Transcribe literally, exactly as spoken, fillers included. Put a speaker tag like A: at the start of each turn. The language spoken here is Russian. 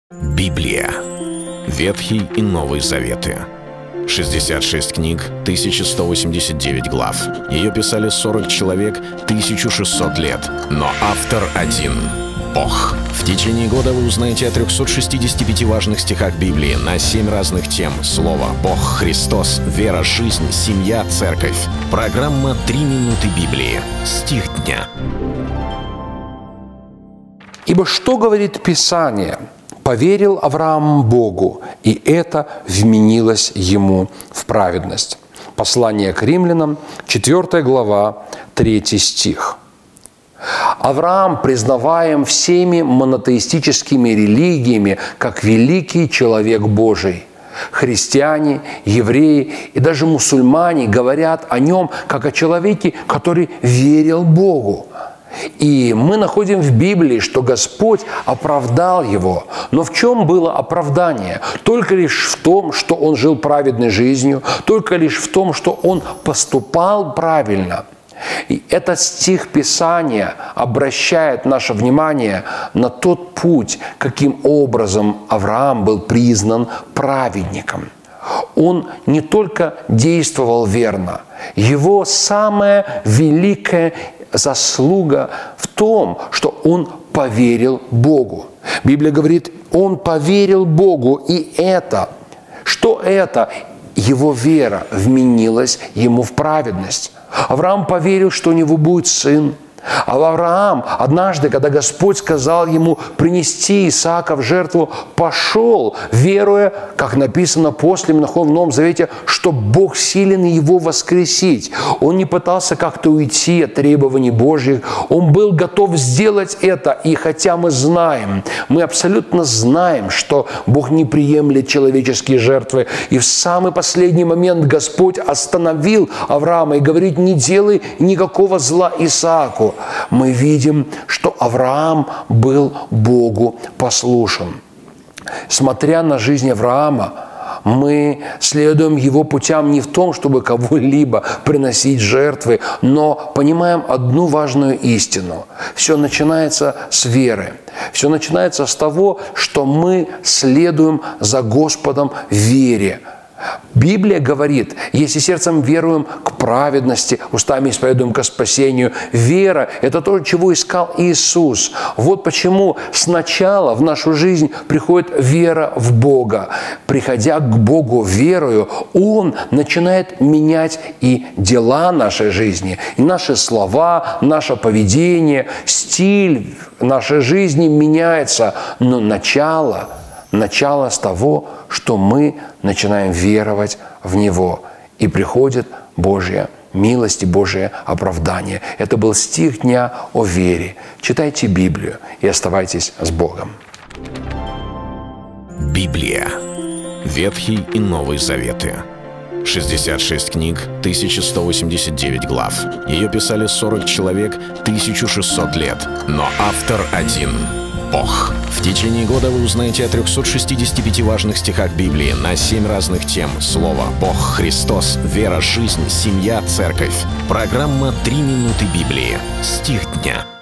A: Библия. Ветхий и Новый Заветы. шестьдесят шесть книг, тысяча сто восемьдесят девять глав. Ее писали сорок человек, тысяча шестьсот лет. Но автор один — Бог. В течение года вы узнаете о трёхстах шестидесяти пяти важных стихах Библии на семь разных тем. Слово, Бог, Христос, вера, жизнь, семья, церковь. Программа «Три минуты Библии». Стих дня.
B: «Ибо что говорит Писание? Поверил Авраам Богу, и это вменилось ему в праведность». Послание к римлянам, четвёртая глава, третий стих. Авраам признаваем всеми монотеистическими религиями как великий человек Божий. Христиане, евреи и даже мусульмане говорят о нем как о человеке, который верил Богу. И мы находим в Библии, что Господь оправдал его. Но в чем было оправдание? Только лишь в том, что он жил праведной жизнью, только лишь в том, что он поступал правильно. И этот стих Писания обращает наше внимание на тот путь, каким образом Авраам был признан праведником. Он не только действовал верно, его самая великая заслуга в том, что он поверил Богу. Библия говорит, он поверил Богу, и это, что это? Его вера вменилась ему в праведность. Авраам поверил, что у него будет сын. А Авраам однажды, когда Господь сказал ему принести Исаака в жертву, пошел, веруя, как написано после в Новом Завете, что Бог силен его воскресить. Он не пытался как-то уйти от требований Божьих. Он был готов сделать это. И хотя мы знаем, мы абсолютно знаем, что Бог не приемлет человеческие жертвы. И в самый последний момент Господь остановил Авраама и говорит, не делай никакого зла Исааку. Мы видим, что Авраам был Богу послушен. Смотря на жизнь Авраама, мы следуем его путям не в том, чтобы кого-либо приносить жертвы, но понимаем одну важную истину. Все начинается с веры. Все начинается с того, что мы следуем за Господом в вере. Библия говорит, если сердцем веруем к праведности, устами исповедуем ко спасению. Вера – это то, чего искал Иисус. Вот почему сначала в нашу жизнь приходит вера в Бога. Приходя к Богу верою, Он начинает менять и дела нашей жизни, и наши слова, наше поведение, стиль нашей жизни меняется. Но начало – Начало с того, что мы начинаем веровать в Него. И приходит Божья милость и Божье оправдание. Это был стих дня о вере. Читайте Библию и оставайтесь с Богом.
A: Библия. Ветхий и Новый Заветы. шестьдесят шесть книг, тысяча сто восемьдесят девять глав. Ее писали сорок человек, тысяча шестьсот лет. Но автор один — Бог. В течение года вы узнаете о трёхстах шестидесяти пяти важных стихах Библии на семь разных тем. Слово, Бог, Христос, вера, жизнь, семья, церковь. Программа «Три минуты Библии». Стих дня.